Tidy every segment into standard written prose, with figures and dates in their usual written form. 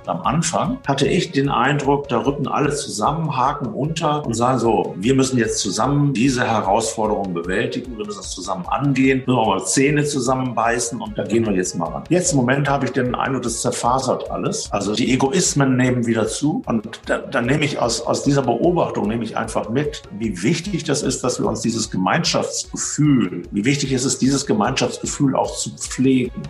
am Anfang hatte ich den Eindruck, da rücken alle zusammen, haken unter und sagen so, wir müssen jetzt zusammen diese Herausforderung bewältigen, wir müssen es zusammen angehen, müssen auch mal Zähne zusammenbeißen und da gehen wir jetzt mal ran. Jetzt im Moment habe ich den Eindruck, das zerfasert alles. Also die Egoismen nehmen wieder zu und dann nehme ich aus dieser Beobachtung nehme ich einfach mit, wie wichtig das ist, dass wir uns dieses Gemeinschaftsgefühl, wie wichtig ist es, dieses Gemeinschaftsgefühl auch zu pflegen.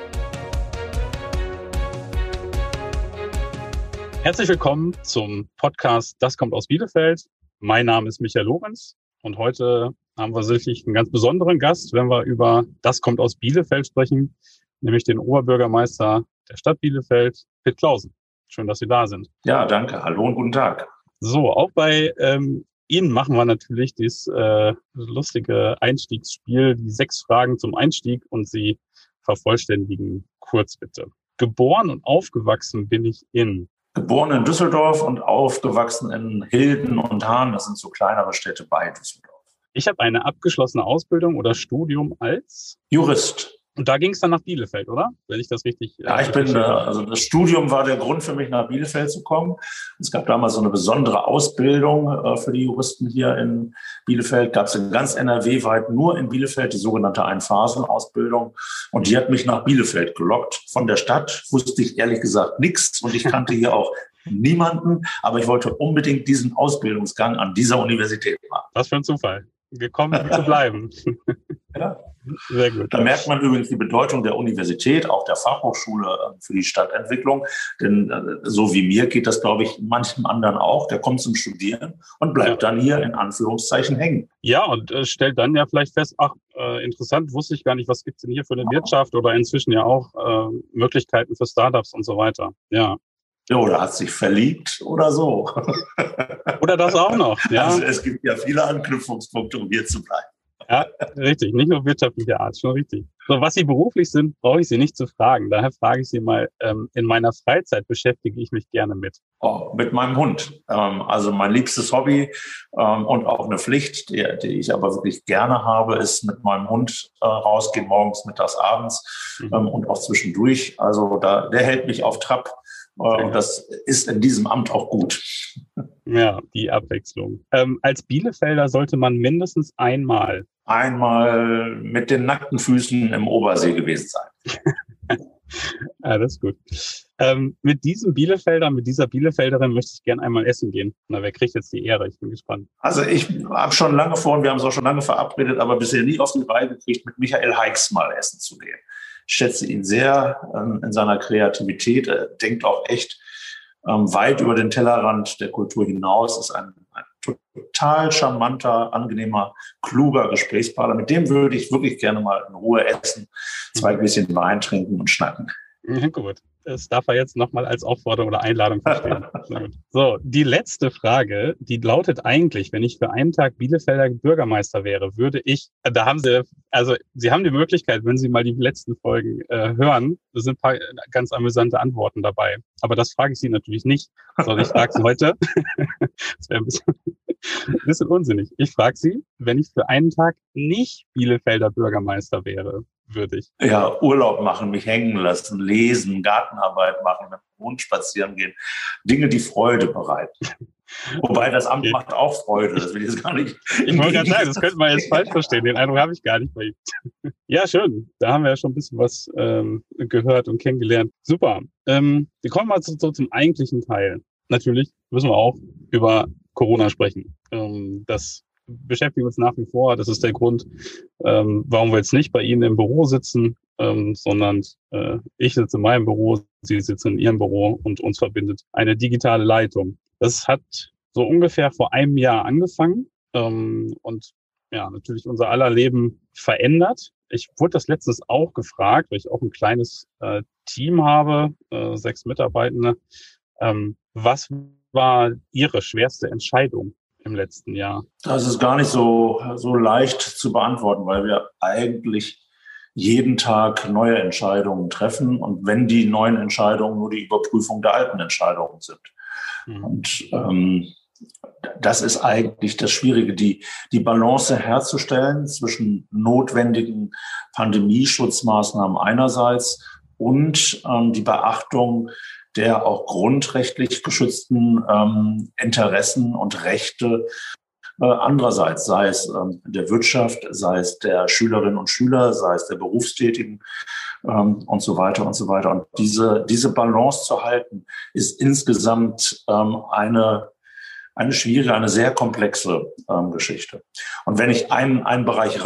Herzlich willkommen zum Podcast Das kommt aus Bielefeld. Mein Name ist Michael Lorenz und heute haben wir sicherlich einen ganz besonderen Gast, wenn wir über Das kommt aus Bielefeld sprechen, nämlich den Oberbürgermeister der Stadt Bielefeld, Pitt Clausen. Schön, dass Sie da sind. Ja, danke. Hallo und guten Tag. So, auch bei Ihnen machen wir natürlich dieses lustige Einstiegsspiel, die 6 Fragen zum Einstieg und Sie vervollständigen kurz bitte. Geboren und aufgewachsen bin ich in... Geboren in Düsseldorf und aufgewachsen in Hilden und Hahn. Das sind so kleinere Städte bei Düsseldorf. Ich habe eine abgeschlossene Ausbildung oder Studium als Jurist. Und da ging es dann nach Bielefeld, oder? Wenn ich das richtig... Ja, also das Studium war der Grund für mich, nach Bielefeld zu kommen. Es gab damals so eine besondere Ausbildung für die Juristen hier in Bielefeld. Gab es in ganz NRW weit nur in Bielefeld die sogenannte Einphasen-Ausbildung. Und die hat mich nach Bielefeld gelockt. Von der Stadt wusste ich ehrlich gesagt nichts und ich kannte hier auch niemanden. Aber ich wollte unbedingt diesen Ausbildungsgang an dieser Universität machen. Was für ein Zufall. Gekommen zu bleiben. Ja. Sehr gut. Da merkt man übrigens die Bedeutung der Universität, auch der Fachhochschule für die Stadtentwicklung. Denn so wie mir geht das, glaube ich, manchem anderen auch. Der kommt zum Studieren und bleibt dann hier in Anführungszeichen hängen. Ja, und stellt dann ja vielleicht fest, interessant, wusste ich gar nicht, was gibt's denn hier für eine Wirtschaft oder inzwischen ja auch Möglichkeiten für Startups und so weiter. Ja. Ja, oder hat sich verliebt oder so. Oder das auch noch. Ja. Also es gibt ja viele Anknüpfungspunkte, um hier zu bleiben. Ja, richtig. Nicht nur wirtschaftliche Art, schon richtig. So, was Sie beruflich sind, brauche ich Sie nicht zu fragen. Daher frage ich Sie mal, in meiner Freizeit beschäftige ich mich gerne mit. Oh, mit meinem Hund. Also mein liebstes Hobby und auch eine Pflicht, die ich aber wirklich gerne habe, ist mit meinem Hund rausgehen, morgens, mittags, abends und auch zwischendurch. Also der hält mich auf Trab. Und das ist in diesem Amt auch gut. Ja, die Abwechslung. Als Bielefelder sollte man mindestens einmal mit den nackten Füßen im Obersee gewesen sein. Ja, das ist gut. Mit diesem Bielefelder, mit dieser Bielefelderin möchte ich gerne einmal essen gehen. Na, wer kriegt jetzt die Ehre? Ich bin gespannt. Also ich habe schon lange vor, und wir haben es auch schon lange verabredet, aber bisher nie auf die Reihe gekriegt, mit Michael Heix mal essen zu gehen. Ich schätze ihn sehr in seiner Kreativität. Er denkt auch echt weit über den Tellerrand der Kultur hinaus. Ist ein total charmanter, angenehmer, kluger Gesprächspartner. Mit dem würde ich wirklich gerne mal in Ruhe essen, 2 Gläschen Wein trinken und schnacken. Ja, gut. Das darf er jetzt nochmal als Aufforderung oder Einladung verstehen. So, die letzte Frage, die lautet eigentlich, wenn ich für einen Tag Bielefelder Bürgermeister wäre, würde ich, da haben Sie, also Sie haben die Möglichkeit, wenn Sie mal die letzten Folgen hören, da sind ein paar ganz amüsante Antworten dabei. Aber das frage ich Sie natürlich nicht, sondern ich frage Sie heute, das wäre ein bisschen unsinnig. Ich frage Sie, wenn ich für einen Tag nicht Bielefelder Bürgermeister wäre, würde ich. Ja, Urlaub machen, mich hängen lassen, lesen, Gartenarbeit machen, mit dem Hund spazieren gehen. Dinge, die Freude bereiten. Wobei das Amt macht auch Freude, das will ich jetzt gar nicht. Ich wollte gerade sagen, das könnte man jetzt falsch verstehen. Den Eindruck habe ich gar nicht bei ihm. Ja, schön. Da haben wir ja schon ein bisschen was gehört und kennengelernt. Super. Wir kommen mal zum eigentlichen Teil. Natürlich müssen wir auch über Corona sprechen. Das beschäftigen uns nach wie vor. Das ist der Grund, warum wir jetzt nicht bei Ihnen im Büro sitzen, sondern ich sitze in meinem Büro, Sie sitzen in Ihrem Büro und uns verbindet eine digitale Leitung. Das hat so ungefähr vor einem Jahr angefangen und ja, natürlich unser aller Leben verändert. Ich wurde das letztens auch gefragt, weil ich auch ein kleines Team habe, 6 Mitarbeitende. Was war Ihre schwerste Entscheidung im letzten Jahr? Das ist gar nicht so leicht zu beantworten, weil wir eigentlich jeden Tag neue Entscheidungen treffen und wenn die neuen Entscheidungen nur die Überprüfung der alten Entscheidungen sind. Und das ist eigentlich das Schwierige, die Balance herzustellen zwischen notwendigen Pandemieschutzmaßnahmen einerseits und die Beachtung der auch grundrechtlich geschützten Interessen und Rechte andererseits, sei es der Wirtschaft, sei es der Schülerinnen und Schüler, sei es der Berufstätigen und so weiter und so weiter. Und diese Balance zu halten, ist insgesamt eine schwierige, eine sehr komplexe Geschichte. Und wenn ich einen Bereich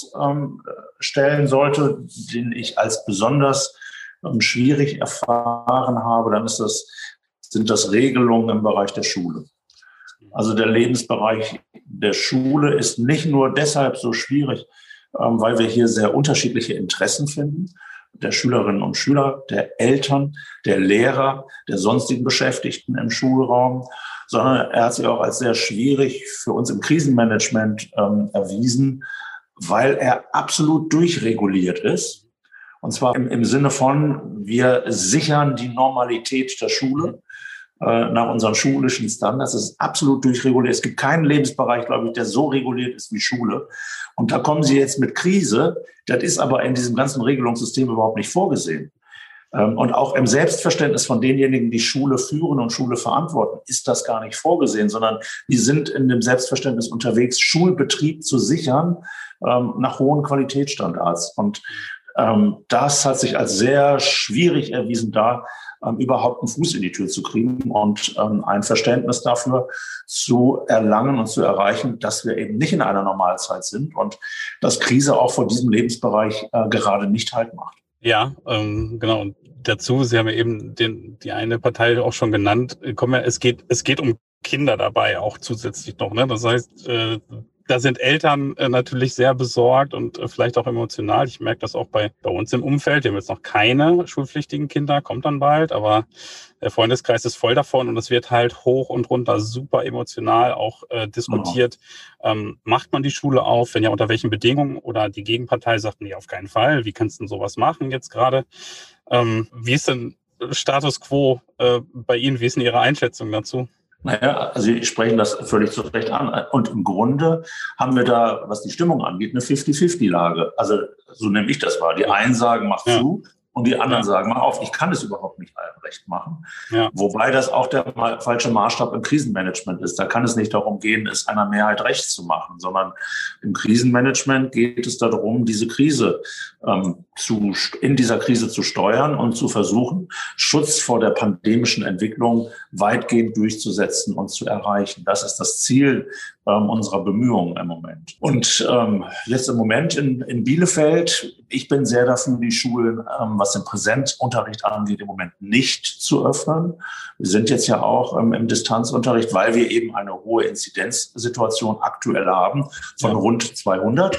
rausstellen sollte, den ich als besonders schwierig erfahren habe, dann sind das Regelungen im Bereich der Schule. Also der Lebensbereich der Schule ist nicht nur deshalb so schwierig, weil wir hier sehr unterschiedliche Interessen finden, der Schülerinnen und Schüler, der Eltern, der Lehrer, der sonstigen Beschäftigten im Schulraum, sondern er hat sich auch als sehr schwierig für uns im Krisenmanagement erwiesen, weil er absolut durchreguliert ist. Und zwar im Sinne von, wir sichern die Normalität der Schule nach unseren schulischen Standards. Das ist absolut durchreguliert. Es gibt keinen Lebensbereich, glaube ich, der so reguliert ist wie Schule. Und da kommen Sie jetzt mit Krise. Das ist aber in diesem ganzen Regelungssystem überhaupt nicht vorgesehen. Und auch im Selbstverständnis von denjenigen, die Schule führen und Schule verantworten, ist das gar nicht vorgesehen, sondern die sind in dem Selbstverständnis unterwegs, Schulbetrieb zu sichern nach hohen Qualitätsstandards. Und das hat sich als sehr schwierig erwiesen, da überhaupt einen Fuß in die Tür zu kriegen und ein Verständnis dafür zu erlangen und zu erreichen, dass wir eben nicht in einer Normalzeit sind und dass Krise auch vor diesem Lebensbereich gerade nicht Halt macht. Ja, genau. Und dazu, Sie haben ja eben die eine Partei auch schon genannt, es geht um Kinder dabei auch zusätzlich noch. Ne? Das heißt, da sind Eltern natürlich sehr besorgt und vielleicht auch emotional. Ich merke das auch bei uns im Umfeld. Wir haben jetzt noch keine schulpflichtigen Kinder, kommt dann bald, aber der Freundeskreis ist voll davon und es wird halt hoch und runter super emotional auch diskutiert. Macht man die Schule auf? Wenn ja, unter welchen Bedingungen? Oder die Gegenpartei sagt, nee, auf keinen Fall. Wie kannst du denn sowas machen jetzt gerade? Wie ist denn Status quo bei Ihnen? Wie ist denn Ihre Einschätzung dazu? Naja, also Sie sprechen das völlig zu Recht an. Und im Grunde haben wir da, was die Stimmung angeht, eine 50-50-Lage. Also so nehme ich das wahr. Die einen sagen, mach zu und die anderen sagen, mach auf. Ich kann es überhaupt nicht allen recht machen. Ja. Wobei das auch der falsche Maßstab im Krisenmanagement ist. Da kann es nicht darum gehen, es einer Mehrheit recht zu machen, sondern im Krisenmanagement geht es darum, diese Krise in dieser Krise zu steuern und zu versuchen, Schutz vor der pandemischen Entwicklung weitgehend durchzusetzen und zu erreichen. Das ist das Ziel unserer Bemühungen im Moment. Und jetzt im Moment in Bielefeld, ich bin sehr dafür, die Schulen, was den Präsenzunterricht angeht, im Moment nicht zu öffnen. Wir sind jetzt ja auch im Distanzunterricht, weil wir eben eine hohe Inzidenzsituation aktuell haben von rund 200.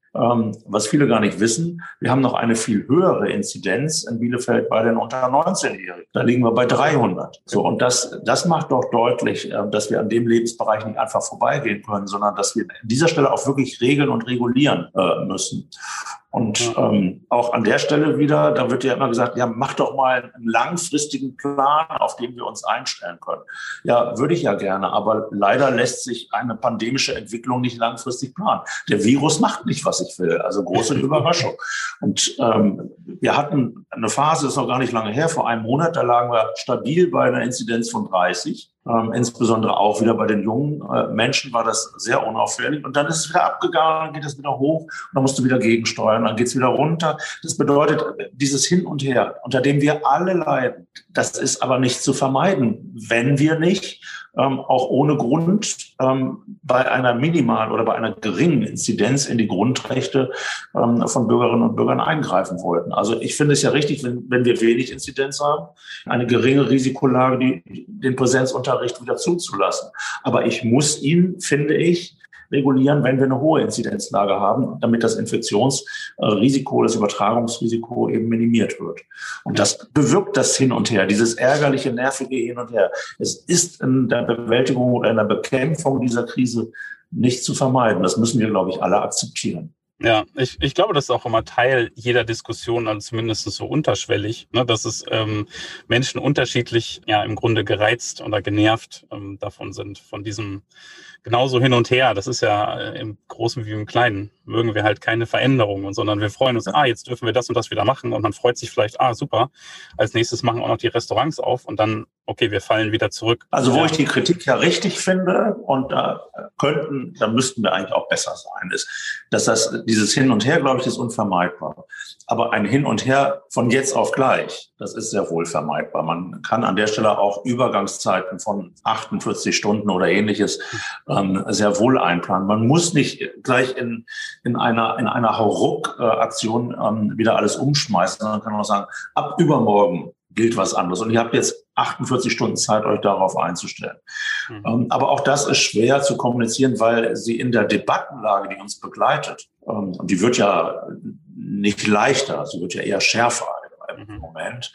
Was viele gar nicht wissen, wir haben noch eine viel höhere Inzidenz in Bielefeld bei den unter 19-Jährigen. Da liegen wir bei 300. So, und das macht doch deutlich, dass wir an dem Lebensbereich nicht einfach vorbeigehen können, sondern dass wir an dieser Stelle auch wirklich regeln und regulieren müssen. Und auch an der Stelle wieder, da wird ja immer gesagt, ja, mach doch mal einen langfristigen Plan, auf den wir uns einstellen können. Ja, würde ich ja gerne, aber leider lässt sich eine pandemische Entwicklung nicht langfristig planen. Der Virus macht nicht, was ich will, also große Überraschung. Und wir hatten eine Phase, ist noch gar nicht lange her, vor einem Monat, da lagen wir stabil bei einer Inzidenz von 30. Insbesondere auch wieder bei den jungen Menschen war das sehr unauffällig. Und dann ist es wieder abgegangen, dann geht es wieder hoch und dann musst du wieder gegensteuern, dann geht es wieder runter. Das bedeutet, dieses Hin und Her, unter dem wir alle leiden, das ist aber nicht zu vermeiden, wenn wir nicht auch ohne Grund bei einer minimalen oder bei einer geringen Inzidenz in die Grundrechte von Bürgerinnen und Bürgern eingreifen wollten. Also ich finde es ja richtig, wenn wir wenig Inzidenz haben, eine geringe Risikolage, den Präsenzunterricht wieder zuzulassen. Aber ich muss ihn, finde ich, regulieren, wenn wir eine hohe Inzidenzlage haben, damit das Infektionsrisiko, das Übertragungsrisiko eben minimiert wird. Und das bewirkt das Hin und Her, dieses ärgerliche, nervige Hin und Her. Es ist in der Bewältigung oder in der Bekämpfung dieser Krise nicht zu vermeiden. Das müssen wir, glaube ich, alle akzeptieren. Ja, ich glaube, das ist auch immer Teil jeder Diskussion, also zumindest so unterschwellig, ne, dass es Menschen unterschiedlich ja im Grunde gereizt oder genervt davon sind, von diesem genauso hin und her. Das ist ja im Großen wie im Kleinen. mögen wir halt keine Veränderungen, sondern wir freuen uns, jetzt dürfen wir das und das wieder machen und man freut sich vielleicht, super, als nächstes machen auch noch die Restaurants auf und dann, okay, wir fallen wieder zurück. Also wo ich die Kritik ja richtig finde und da müssten wir eigentlich auch besser sein, ist, dass dieses Hin und Her, glaube ich, ist unvermeidbar. Aber ein Hin und Her von jetzt auf gleich, das ist sehr wohl vermeidbar. Man kann an der Stelle auch Übergangszeiten von 48 Stunden oder Ähnliches sehr wohl einplanen. Man muss nicht gleich in einer Hauruck-Aktion wieder alles umschmeißen, sondern kann auch sagen, ab übermorgen gilt was anderes. Und ihr habt jetzt 48 Stunden Zeit, euch darauf einzustellen. Aber auch das ist schwer zu kommunizieren, weil sie in der Debattenlage, die uns begleitet, und die wird ja nicht leichter, sie wird ja eher schärfer im Moment.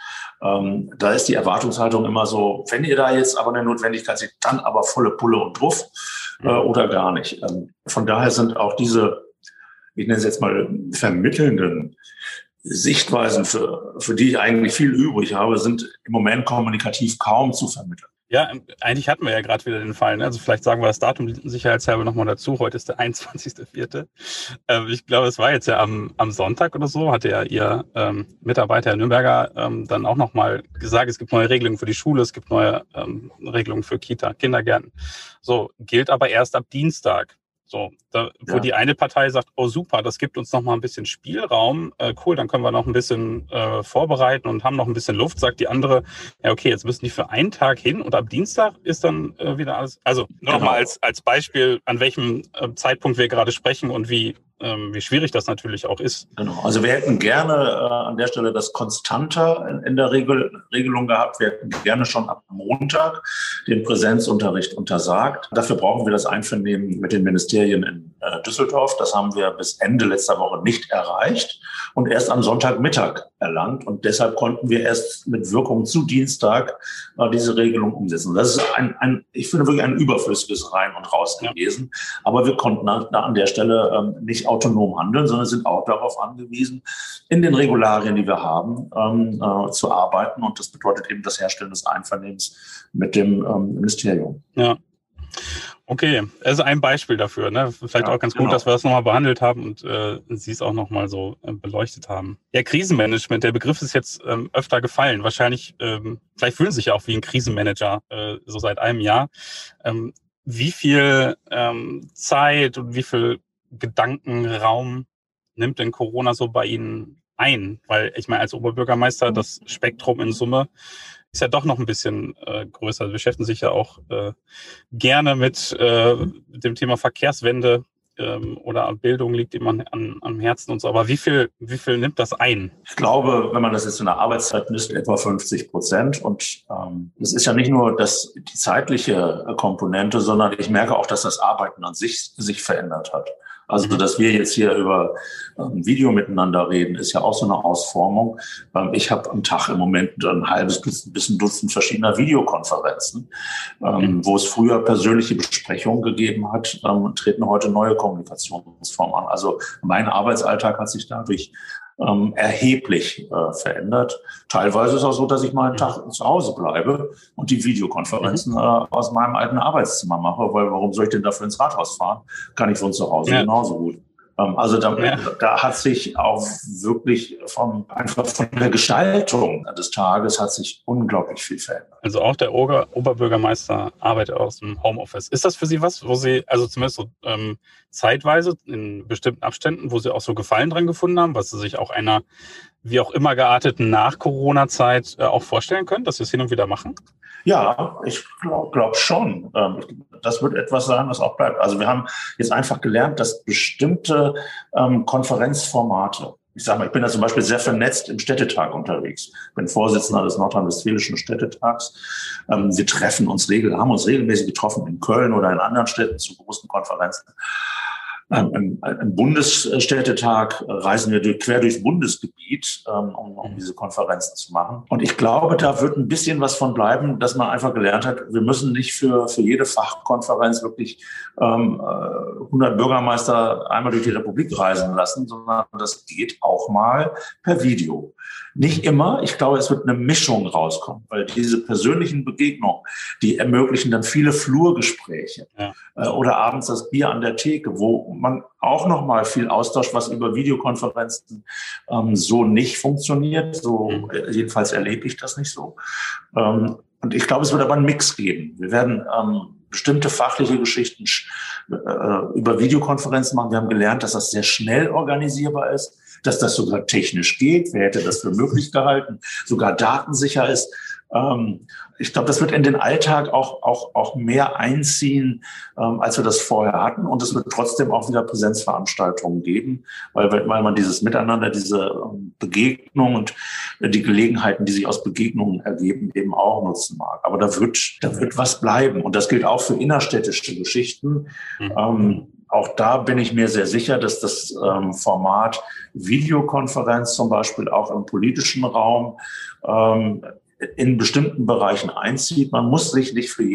Da ist die Erwartungshaltung immer so, wenn ihr da jetzt aber eine Notwendigkeit seht, dann aber volle Pulle und Druff oder gar nicht. Von daher sind auch diese, ich nenne es jetzt mal vermittelnden Sichtweisen, für die ich eigentlich viel übrig habe, sind im Moment kommunikativ kaum zu vermitteln. Ja, eigentlich hatten wir ja gerade wieder den Fall. Ne? Also vielleicht sagen wir das Datum sicherheitshalber nochmal dazu. Heute ist der 21.04. Ich glaube, es war jetzt ja am Sonntag oder so, hatte ja Ihr Mitarbeiter, Herr Nürnberger, dann auch nochmal gesagt, es gibt neue Regelungen für die Schule, es gibt neue Regelungen für Kita, Kindergärten. So, gilt aber erst ab Dienstag. So, wo die eine Partei sagt, oh super, das gibt uns noch mal ein bisschen Spielraum, cool, dann können wir noch ein bisschen vorbereiten und haben noch ein bisschen Luft, sagt die andere, ja okay, jetzt müssen die für einen Tag hin und ab Dienstag ist dann wieder alles. Also nur noch mal als Beispiel, an welchem Zeitpunkt wir gerade sprechen und wie schwierig das natürlich auch ist. Genau. Also wir hätten gerne an der Stelle das konstanter in der Regelung gehabt. Wir hätten gerne schon ab Montag den Präsenzunterricht untersagt. Dafür brauchen wir das Einvernehmen mit den Ministerien in Düsseldorf. Das haben wir bis Ende letzter Woche nicht erreicht und erst am Sonntagmittag erlangt. Und deshalb konnten wir erst mit Wirkung zu Dienstag diese Regelung umsetzen. Das ist ich finde wirklich ein überflüssiges Rein und Raus gewesen. Aber wir konnten an der Stelle nicht autonom handeln, sondern sind auch darauf angewiesen, in den Regularien, die wir haben, zu arbeiten. Und das bedeutet eben das Herstellen des Einvernehmens mit dem Ministerium. Ja. Okay, also ein Beispiel dafür. Ne? Vielleicht auch ganz gut, dass wir das nochmal behandelt haben und Sie es auch nochmal so beleuchtet haben. Ja, Krisenmanagement, der Begriff ist jetzt öfter gefallen. Wahrscheinlich, vielleicht fühlen Sie sich ja auch wie ein Krisenmanager so seit einem Jahr. Wie viel Zeit und wie viel Gedankenraum nimmt denn Corona so bei Ihnen ein? Weil ich meine, als Oberbürgermeister, das Spektrum in Summe ist ja doch noch ein bisschen größer. Sie beschäftigen sich ja auch gerne mit dem Thema Verkehrswende oder Bildung liegt ihm am Herzen und so. Aber wie viel nimmt das ein? Ich glaube, wenn man das jetzt in der Arbeitszeit misst, etwa 50%. Und das ist ja nicht nur die zeitliche Komponente, sondern ich merke auch, dass das Arbeiten an sich verändert hat. Also, dass wir jetzt hier über Video miteinander reden, ist ja auch so eine Ausformung. Ich habe am Tag im Moment ein halbes bis ein Dutzend verschiedener Videokonferenzen, wo es früher persönliche Besprechungen gegeben hat, treten heute neue Kommunikationsformen an. Also mein Arbeitsalltag hat sich dadurch erheblich verändert. Teilweise ist es auch so, dass ich mal einen Tag zu Hause bleibe und die Videokonferenzen aus meinem alten Arbeitszimmer mache, weil warum soll ich denn dafür ins Rathaus fahren? Kann ich von zu Hause genauso gut. Also da hat sich auch wirklich einfach von der Gestaltung des Tages hat sich unglaublich viel verändert. Also auch der Oberbürgermeister arbeitet aus dem Homeoffice. Ist das für Sie was, wo Sie, also zumindest so zeitweise in bestimmten Abständen, wo Sie auch so Gefallen dran gefunden haben, was Sie sich auch einer wie auch immer gearteten Nach-Corona-Zeit auch vorstellen können, dass Sie es hin und wieder machen? Ja, ich glaube schon. Das wird etwas sein, was auch bleibt. Also wir haben jetzt einfach gelernt, dass bestimmte Konferenzformate, ich sage mal, ich bin ja zum Beispiel sehr vernetzt im Städtetag unterwegs. Ich bin Vorsitzender des Nordrhein-Westfälischen Städtetags. Wir haben uns regelmäßig getroffen in Köln oder in anderen Städten zu großen Konferenzen. Im Bundesstädtetag reisen wir quer durchs Bundesgebiet, um diese Konferenzen zu machen. Und ich glaube, da wird ein bisschen was von bleiben, dass man einfach gelernt hat, wir müssen nicht für jede Fachkonferenz wirklich 100 Bürgermeister einmal durch die Republik reisen lassen, sondern das geht auch mal per Video. Nicht immer. Ich glaube, es wird eine Mischung rauskommen, weil diese persönlichen Begegnungen, die ermöglichen dann viele Flurgespräche oder abends das Bier an der Theke, wo man auch noch mal viel austauscht, was über Videokonferenzen so nicht funktioniert. So jedenfalls erlebe ich das nicht so. Und ich glaube, es wird aber einen Mix geben. Wir werden bestimmte fachliche Geschichten über Videokonferenzen machen. Wir haben gelernt, dass das sehr schnell organisierbar ist, dass das sogar technisch geht. Wer hätte das für möglich gehalten? Sogar datensicher ist. Ich glaube, das wird in den Alltag auch mehr einziehen, als wir das vorher hatten. Und es wird trotzdem auch wieder Präsenzveranstaltungen geben, weil man dieses Miteinander, diese Begegnung und die Gelegenheiten, die sich aus Begegnungen ergeben, eben auch nutzen mag. Aber da wird was bleiben. Und das gilt auch für innerstädtische Geschichten. Auch da bin ich mir sehr sicher, dass das Format Videokonferenz zum Beispiel auch im politischen Raum in bestimmten Bereichen einzieht. Man muss sich nicht für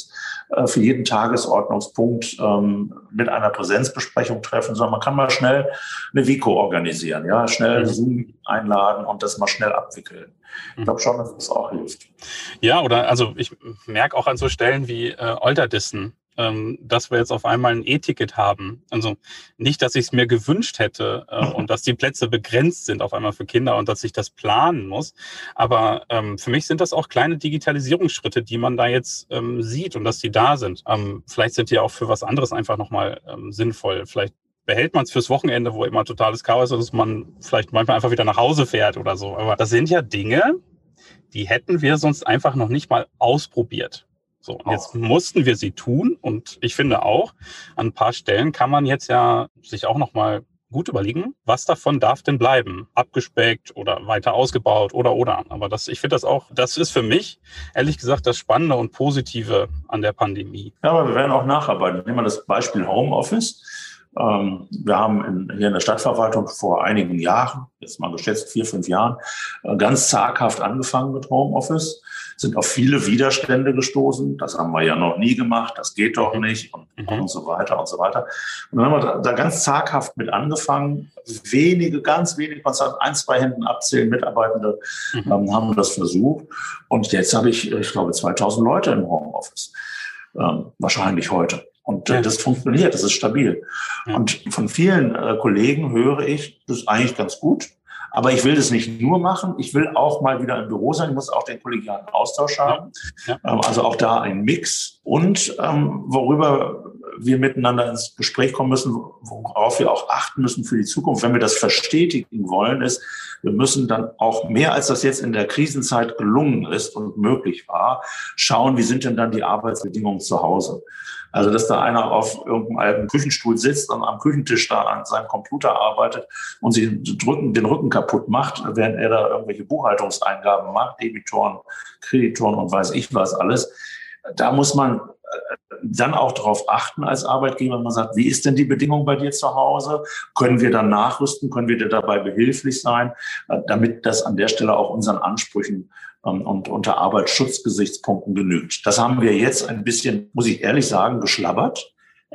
jeden Tagesordnungspunkt mit einer Präsenzbesprechung treffen, sondern man kann mal schnell eine Vico organisieren, ja, schnell Zoom einladen und das mal schnell abwickeln. Ich glaube schon, dass das auch hilft. Ja, oder also ich merke auch an so Stellen wie Olderdissen, dass wir jetzt auf einmal ein E-Ticket haben. Also nicht, dass ich es mir gewünscht hätte und dass die Plätze begrenzt sind auf einmal für Kinder und dass ich das planen muss. Aber für mich sind das auch kleine Digitalisierungsschritte, die man da jetzt sieht und dass die da sind. Vielleicht sind die auch für was anderes einfach nochmal sinnvoll. Vielleicht behält man es fürs Wochenende, wo immer totales Chaos ist, dass man vielleicht manchmal einfach wieder nach Hause fährt oder so. Aber das sind ja Dinge, die hätten wir sonst einfach noch nicht mal ausprobiert. So, und jetzt mussten wir sie tun und ich finde auch, an ein paar Stellen kann man jetzt ja sich auch nochmal gut überlegen, was davon darf denn bleiben? Abgespeckt oder weiter ausgebaut oder. Aber ich finde das ist für mich, ehrlich gesagt, das Spannende und Positive an der Pandemie. Ja, aber wir werden auch nacharbeiten. Nehmen wir das Beispiel Homeoffice. Wir haben hier in der Stadtverwaltung vor einigen Jahren, jetzt mal geschätzt 4-5 Jahren, ganz zaghaft angefangen mit Homeoffice, sind auf viele Widerstände gestoßen. Das haben wir ja noch nie gemacht, das geht doch nicht und so weiter und so weiter. Und dann haben wir da ganz zaghaft mit angefangen. Ganz wenige, man kann 1-2 Händen abzählen, Mitarbeitende haben das versucht. Und jetzt habe ich glaube, 2000 Leute im Homeoffice. Wahrscheinlich heute. Und das funktioniert, das ist stabil. Ja. Und von vielen Kollegen höre ich, das ist eigentlich ganz gut. Aber ich will das nicht nur machen. Ich will auch mal wieder im Büro sein. Ich muss auch den kollegialen Austausch haben. Ja. Also auch da ein Mix. Und worüber wir miteinander ins Gespräch kommen müssen, worauf wir auch achten müssen für die Zukunft, wenn wir das verstetigen wollen, ist, wir müssen dann auch mehr, als das jetzt in der Krisenzeit gelungen ist und möglich war, schauen, wie sind denn dann die Arbeitsbedingungen zu Hause. Also, dass da einer auf irgendeinem alten Küchenstuhl sitzt und am Küchentisch da an seinem Computer arbeitet und sich den Rücken kaputt macht, während er da irgendwelche Buchhaltungseingaben macht, Debitoren, Kreditoren und weiß ich was alles. Da muss man dann auch darauf achten als Arbeitgeber, wenn man sagt, wie ist denn die Bedingung bei dir zu Hause? Können wir dann nachrüsten? Können wir dir dabei behilflich sein, damit das an der Stelle auch unseren Ansprüchen und unter Arbeitsschutzgesichtspunkten genügt? Das haben wir jetzt ein bisschen, muss ich ehrlich sagen, geschlabbert.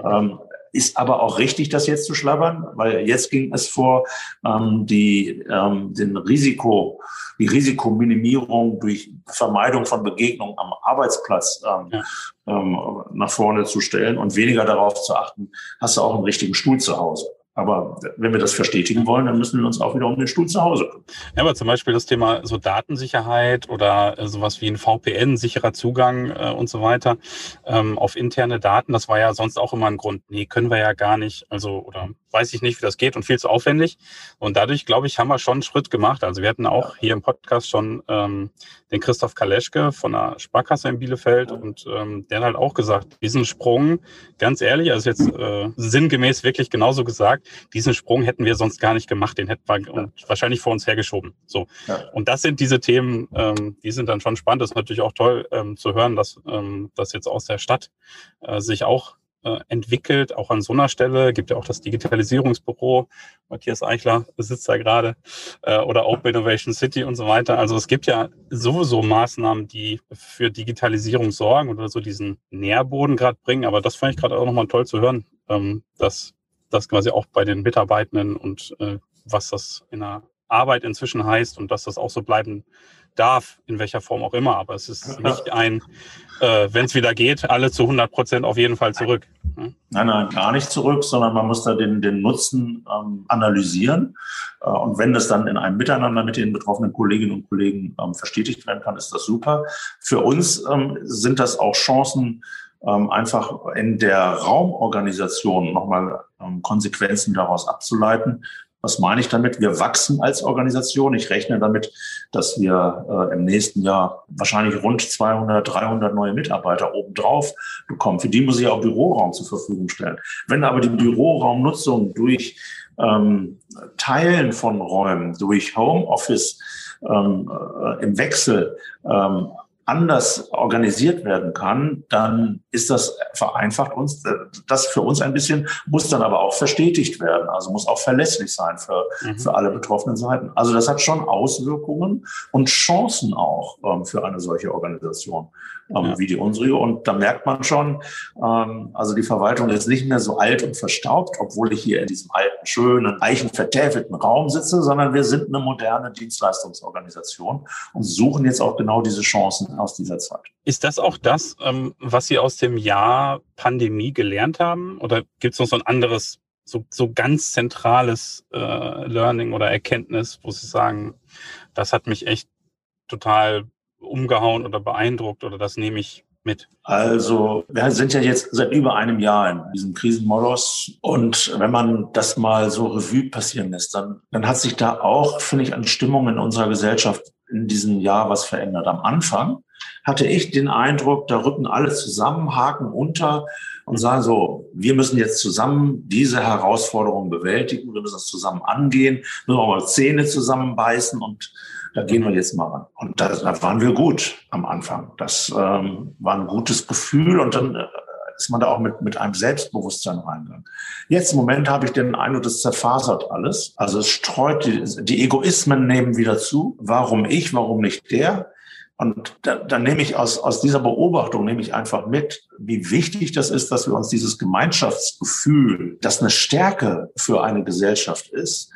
Ist aber auch richtig, das jetzt zu schlabbern, weil jetzt ging es vor, die Risikominimierung durch Vermeidung von Begegnungen am Arbeitsplatz nach vorne zu stellen und weniger darauf zu achten, hast du auch einen richtigen Stuhl zu Hause. Aber wenn wir das verstetigen wollen, dann müssen wir uns auch wieder um den Stuhl zu Hause kümmern. Ja, aber zum Beispiel das Thema so Datensicherheit oder sowas wie ein VPN, sicherer Zugang und so weiter auf interne Daten, das war ja sonst auch immer ein Grund. Nee, können wir ja gar nicht. Also, oder weiß ich nicht, wie das geht und viel zu aufwendig. Und dadurch, glaube ich, haben wir schon einen Schritt gemacht. Also wir hatten auch hier im Podcast schon den Christoph Kaleschke von der Sparkasse in Bielefeld und der hat halt auch gesagt, diesen Sprung, ganz ehrlich, also jetzt sinngemäß wirklich genauso gesagt, diesen Sprung hätten wir sonst gar nicht gemacht, den hätten wir wahrscheinlich vor uns hergeschoben. So. Ja. Und das sind diese Themen, die sind dann schon spannend. Das ist natürlich auch toll zu hören, dass das jetzt aus der Stadt sich auch entwickelt, auch an so einer Stelle. Gibt ja auch das Digitalisierungsbüro, Matthias Eichler sitzt da gerade, oder Open Innovation City und so weiter. Also es gibt ja sowieso Maßnahmen, die für Digitalisierung sorgen oder so diesen Nährboden gerade bringen. Aber das fand ich gerade auch nochmal toll zu hören, dass das quasi auch bei den Mitarbeitenden und was das in der Arbeit inzwischen heißt und dass das auch so bleiben darf, in welcher Form auch immer. Aber es ist nicht wenn es wieder geht, alle zu 100% auf jeden Fall zurück. Ne? Nein, gar nicht zurück, sondern man muss da den Nutzen analysieren. Und wenn das dann in einem Miteinander mit den betroffenen Kolleginnen und Kollegen verstetigt werden kann, ist das super. Für uns sind das auch Chancen, einfach in der Raumorganisation nochmal Konsequenzen daraus abzuleiten. Was meine ich damit? Wir wachsen als Organisation. Ich rechne damit, dass wir im nächsten Jahr wahrscheinlich rund 200, 300 neue Mitarbeiter obendrauf bekommen. Für die muss ich auch Büroraum zur Verfügung stellen. Wenn aber die Büroraumnutzung durch Teilen von Räumen, durch Homeoffice im Wechsel anders organisiert werden kann, dann ist das vereinfacht uns, das für uns ein bisschen, muss dann aber auch verstetigt werden, also muss auch verlässlich sein für alle betroffenen Seiten. Also das hat schon Auswirkungen und Chancen auch für eine solche Organisation wie die unsere. Und da merkt man schon, also die Verwaltung ist nicht mehr so alt und verstaubt, obwohl ich hier in diesem alten, schönen, eichenvertäfelten Raum sitze, sondern wir sind eine moderne Dienstleistungsorganisation und suchen jetzt auch genau diese Chancen aus dieser Zeit. Ist das auch das, was Sie aus dem Jahr Pandemie gelernt haben? Oder gibt es noch so ein anderes, so ganz zentrales Learning oder Erkenntnis, wo Sie sagen, das hat mich echt total umgehauen oder beeindruckt oder das nehme ich mit? Also wir sind ja jetzt seit über einem Jahr in diesem Krisenmodus und wenn man das mal so Revue passieren lässt, dann hat sich da auch, finde ich, an Stimmung in unserer Gesellschaft in diesem Jahr was verändert. Am Anfang hatte ich den Eindruck, da rücken alle zusammen, haken unter und sagen so, wir müssen jetzt zusammen diese Herausforderung bewältigen, wir müssen das zusammen angehen, müssen auch mal Zähne zusammenbeißen und da gehen wir jetzt mal ran. Und da waren wir gut am Anfang. Das war ein gutes Gefühl und dann ist man da auch mit einem Selbstbewusstsein reingegangen. Jetzt im Moment habe ich den Eindruck, das zerfasert alles. Also es streut, die Egoismen nehmen wieder zu. Warum ich, warum nicht der? Und dann nehme ich aus dieser Beobachtung nehme ich einfach mit, wie wichtig das ist, dass wir uns dieses Gemeinschaftsgefühl, das eine Stärke für eine Gesellschaft ist,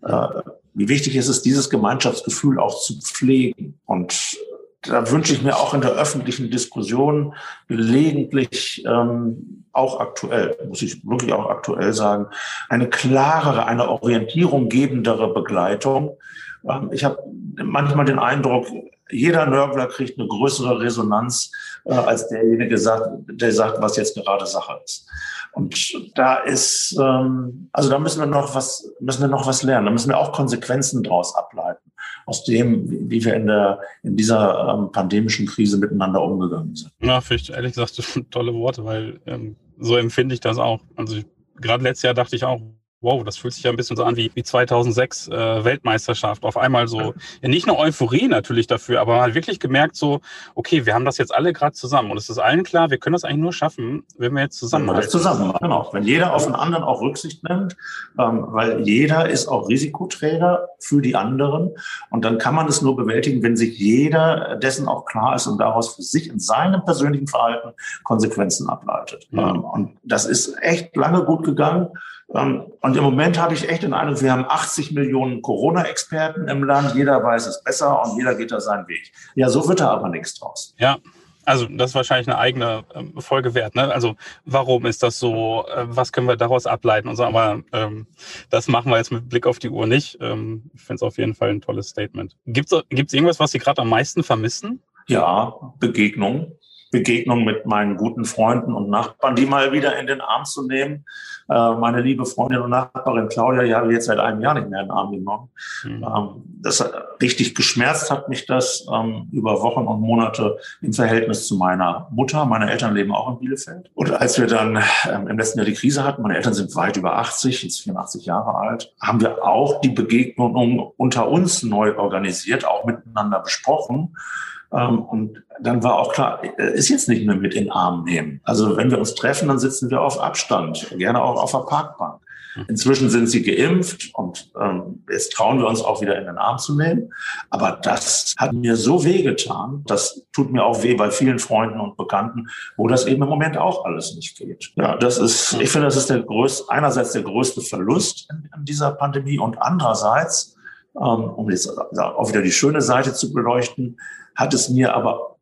wie wichtig ist es, dieses Gemeinschaftsgefühl auch zu pflegen. Und da wünsche ich mir auch in der öffentlichen Diskussion gelegentlich, auch aktuell, muss ich wirklich auch aktuell sagen, eine klarere, eine Orientierung gebendere Begleitung. Ich habe manchmal den Eindruck, jeder Nörgler kriegt eine größere Resonanz als derjenige, der sagt, was jetzt gerade Sache ist. Und da ist, also da müssen wir noch was lernen. Da müssen wir auch Konsequenzen daraus ableiten, aus dem, wie wir in dieser pandemischen Krise miteinander umgegangen sind. Ja, finde ich ehrlich gesagt tolle Worte, weil so empfinde ich das auch. Also gerade letztes Jahr dachte ich auch, wow, das fühlt sich ja ein bisschen so an wie 2006 Weltmeisterschaft. Auf einmal so, ja, nicht nur Euphorie natürlich dafür, aber man hat wirklich gemerkt so, okay, wir haben das jetzt alle gerade zusammen und es ist allen klar, wir können das eigentlich nur schaffen, wenn wir jetzt zusammen machen. Genau. Wenn jeder auf den anderen auch Rücksicht nimmt, weil jeder ist auch Risikoträger für die anderen und dann kann man es nur bewältigen, wenn sich jeder dessen auch klar ist und daraus für sich in seinem persönlichen Verhalten Konsequenzen ableitet. Und das ist echt lange gut gegangen. Und im Moment habe ich echt den Eindruck, wir haben 80 Millionen Corona-Experten im Land. Jeder weiß es besser und jeder geht da seinen Weg. Ja, so wird da aber nichts draus. Ja, also das ist wahrscheinlich eine eigene Folge wert. Ne? Also warum ist das so? Was können wir daraus ableiten? Und so, aber das machen wir jetzt mit Blick auf die Uhr nicht. Ich finde es auf jeden Fall ein tolles Statement. Gibt's irgendwas, was Sie gerade am meisten vermissen? Ja, Begegnung mit meinen guten Freunden und Nachbarn, die mal wieder in den Arm zu nehmen. Meine liebe Freundin und Nachbarin Claudia, die habe ich jetzt seit einem Jahr nicht mehr in den Arm genommen. Das richtig geschmerzt hat mich das über Wochen und Monate im Verhältnis zu meiner Mutter. Meine Eltern leben auch in Bielefeld. Und als wir dann im letzten Jahr die Krise hatten, meine Eltern sind weit über 80, jetzt 84 Jahre alt, haben wir auch die Begegnung unter uns neu organisiert, auch miteinander besprochen. Und dann war auch klar, ist jetzt nicht mehr mit in den Arm nehmen. Also wenn wir uns treffen, dann sitzen wir auf Abstand, gerne auch auf der Parkbank. Inzwischen sind sie geimpft und jetzt trauen wir uns auch wieder in den Arm zu nehmen. Aber das hat mir so wehgetan, das tut mir auch weh bei vielen Freunden und Bekannten, wo das eben im Moment auch alles nicht geht. Ja, ich finde, das ist einerseits der größte Verlust in dieser Pandemie und andererseits, um jetzt auch wieder die schöne Seite zu beleuchten, hat es mir aber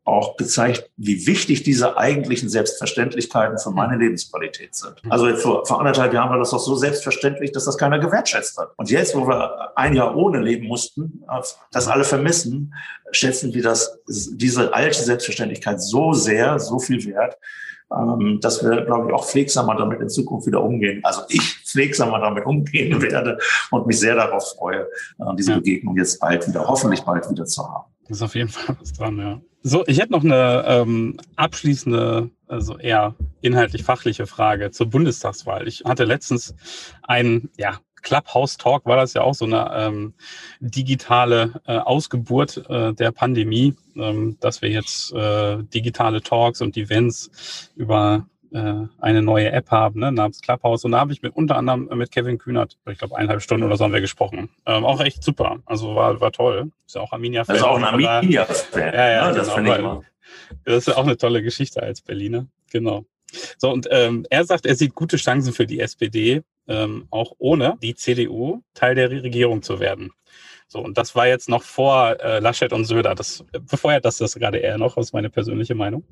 auch gezeigt, wie wichtig diese eigentlichen Selbstverständlichkeiten für meine Lebensqualität sind. Also vor 1,5 Jahren war das doch so selbstverständlich, dass das keiner gewertschätzt hat. Und jetzt, wo wir ein Jahr ohne leben mussten, das alle vermissen, schätzen wir diese alte Selbstverständlichkeit so sehr, so viel wert, dass wir, glaube ich, auch pflegsamer damit in Zukunft wieder umgehen. Also ich pflegsamer damit umgehen werde und mich sehr darauf freue, diese Begegnung jetzt hoffentlich bald wieder zu haben. Das ist auf jeden Fall was dran, ja. So, ich hätte noch eine abschließende, also eher inhaltlich-fachliche Frage zur Bundestagswahl. Ich hatte letztens einen, Clubhouse-Talk, war das ja auch so eine digitale Ausgeburt der Pandemie, dass wir jetzt digitale Talks und Events über eine neue App haben, namens Clubhouse. Und da habe ich unter anderem mit Kevin Kühnert, ich glaube 1,5 Stunden oder so haben wir gesprochen. Auch echt super. Also war toll. Ist ja auch Arminia-Fan. Das ist auch ein Arminia-Fan. Ja, das genau, finde ich mal. Das ist ja auch eine tolle Geschichte als Berliner. Genau. So, und er sagt, er sieht gute Chancen für die SPD, auch ohne die CDU Teil der Regierung zu werden. So, und das war jetzt noch vor Laschet und Söder. Das befeuert das gerade eher noch, aus meiner persönlichen Meinung.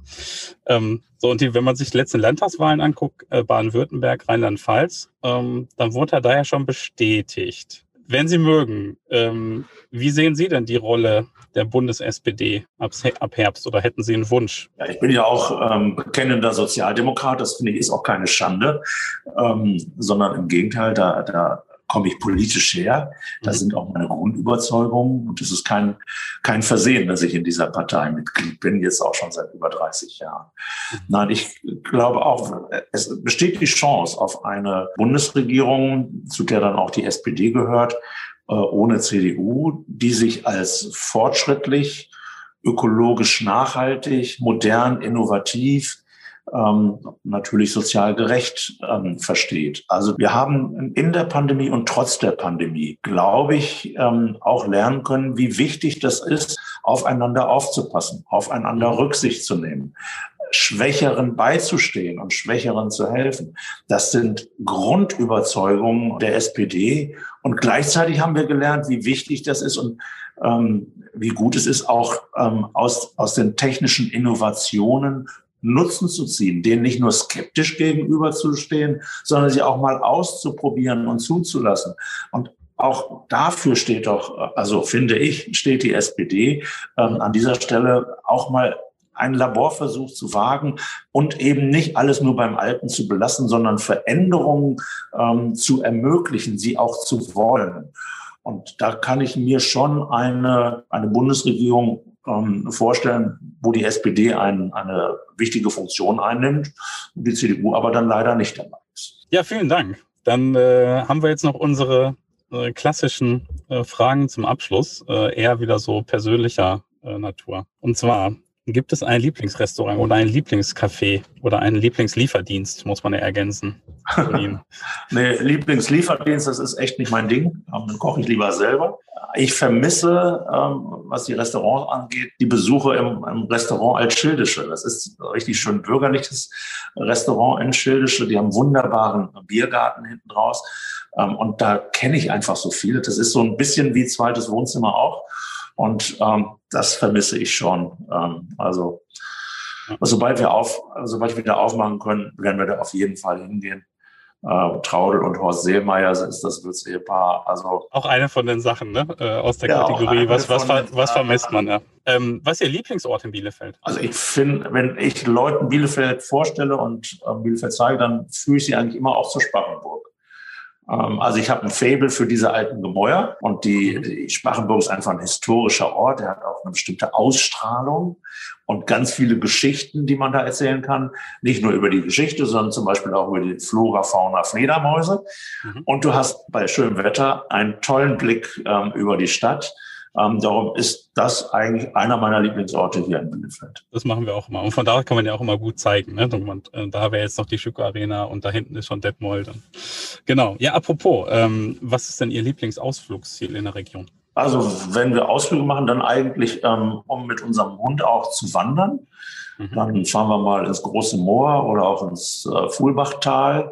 Wenn man sich die letzten Landtagswahlen anguckt, Baden-Württemberg, Rheinland-Pfalz, dann wurde er daher schon bestätigt. Wenn Sie mögen, wie sehen Sie denn die Rolle der Bundes-SPD ab Herbst oder hätten Sie einen Wunsch? Ja, ich bin ja auch bekennender Sozialdemokrat. Das finde ich ist auch keine Schande, sondern im Gegenteil, da komme ich politisch her. Das sind auch meine Grundüberzeugungen. Und es ist kein Versehen, dass ich in dieser Partei Mitglied bin, jetzt auch schon seit über 30 Jahren. Nein, ich glaube auch, es besteht die Chance auf eine Bundesregierung, zu der dann auch die SPD gehört, ohne CDU, die sich als fortschrittlich, ökologisch nachhaltig, modern, innovativ, natürlich sozial gerecht versteht. Also wir haben in der Pandemie und trotz der Pandemie, glaube ich, auch lernen können, wie wichtig das ist, aufeinander aufzupassen, aufeinander Rücksicht zu nehmen, Schwächeren beizustehen und Schwächeren zu helfen. Das sind Grundüberzeugungen der SPD. Und gleichzeitig haben wir gelernt, wie wichtig das ist und wie gut es ist, auch aus den technischen Innovationen Nutzen zu ziehen, denen nicht nur skeptisch gegenüberzustehen, sondern sie auch mal auszuprobieren und zuzulassen. Und auch dafür steht steht die SPD an dieser Stelle auch mal einen Laborversuch zu wagen und eben nicht alles nur beim Alten zu belassen, sondern Veränderungen zu ermöglichen, sie auch zu wollen. Und da kann ich mir schon eine Bundesregierung vorstellen, wo die SPD eine wichtige Funktion einnimmt und die CDU aber dann leider nicht dabei ist. Ja, vielen Dank. Dann haben wir jetzt noch unsere klassischen Fragen zum Abschluss, eher wieder so persönlicher Natur. Und zwar, gibt es ein Lieblingsrestaurant oder ein Lieblingscafé oder einen Lieblingslieferdienst, muss man ja ergänzen? Nee, Lieblingslieferdienst, das ist echt nicht mein Ding. Dann koche ich lieber selber. Ich vermisse, was die Restaurants angeht, die Besuche im Restaurant Altschildische. Das ist ein richtig schön bürgerliches Restaurant in Schildische. Die haben einen wunderbaren Biergarten hinten draus. Und da kenne ich einfach so viele. Das ist so ein bisschen wie zweites Wohnzimmer auch. Und das vermisse ich schon. Sobald wir wieder aufmachen können, werden wir da auf jeden Fall hingehen. Traudel und Horst Seelmeier ist das Wirtsehepaar. Also auch eine von den Sachen, ne? Aus der Kategorie. Was vermisst man? Ja. Was ist Ihr Lieblingsort in Bielefeld? Also ich finde, wenn ich Leuten Bielefeld vorstelle und Bielefeld zeige, dann führe ich sie eigentlich immer auch zur Sparrenburg. Also ich habe ein Faible für diese alten Gemäuer und die Sparrenburg ist einfach ein historischer Ort. Der hat auch eine bestimmte Ausstrahlung und ganz viele Geschichten, die man da erzählen kann. Nicht nur über die Geschichte, sondern zum Beispiel auch über die Flora, Fauna, Fledermäuse. Und du hast bei schönem Wetter einen tollen Blick über die Stadt. Darum ist das eigentlich einer meiner Lieblingsorte hier in Bielefeld. Das machen wir auch immer. Und von da kann man ja auch immer gut zeigen. Ne? Da wäre jetzt noch die Schüco Arena und da hinten ist schon Detmold. Genau. Ja, apropos, was ist denn Ihr Lieblingsausflugsziel in der Region? Also wenn wir Ausflüge machen, dann eigentlich, um mit unserem Hund auch zu wandern. Dann fahren wir mal ins Große Moor oder auch ins Fuhlbachtal.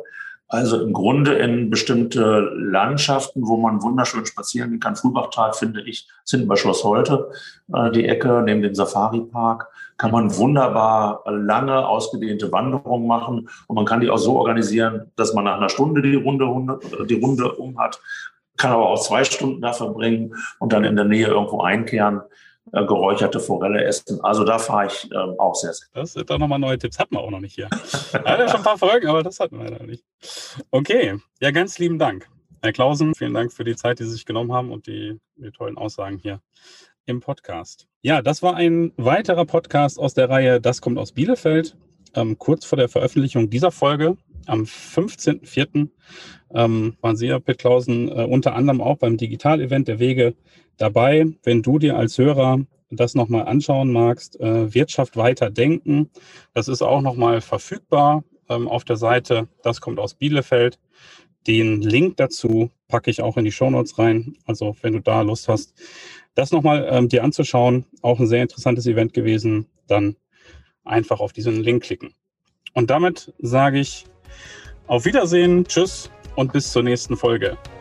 Also im Grunde in bestimmte Landschaften, wo man wunderschön spazieren gehen kann. Fulbachtal, finde ich, sind bei Schloss Holte, die Ecke neben dem Safari-Park, kann man wunderbar lange ausgedehnte Wanderungen machen. Und man kann die auch so organisieren, dass man nach einer Stunde die Runde um hat, kann aber auch 2 Stunden da verbringen und dann in der Nähe irgendwo einkehren, geräucherte Forelle essen. Also da fahre ich auch sehr, sehr. Das sind doch nochmal neue Tipps. Hatten wir auch noch nicht hier. Ja, schon ein paar Folgen, aber das hatten wir noch nicht. Okay, ja, ganz lieben Dank. Herr Clausen, vielen Dank für die Zeit, die Sie sich genommen haben und die tollen Aussagen hier im Podcast. Ja, das war ein weiterer Podcast aus der Reihe Das kommt aus Bielefeld. Kurz vor der Veröffentlichung dieser Folge, am 15.04., waren Sie, Pitt Clausen, unter anderem auch beim Digital-Event der Wege dabei. Wenn du dir als Hörer das nochmal anschauen magst, Wirtschaft weiter denken, das ist auch nochmal verfügbar auf der Seite Das kommt aus Bielefeld. Den Link dazu packe ich auch in die Shownotes rein. Also wenn du da Lust hast, das nochmal dir anzuschauen, auch ein sehr interessantes Event gewesen, dann einfach auf diesen Link klicken. Und damit sage ich auf Wiedersehen, tschüss und bis zur nächsten Folge.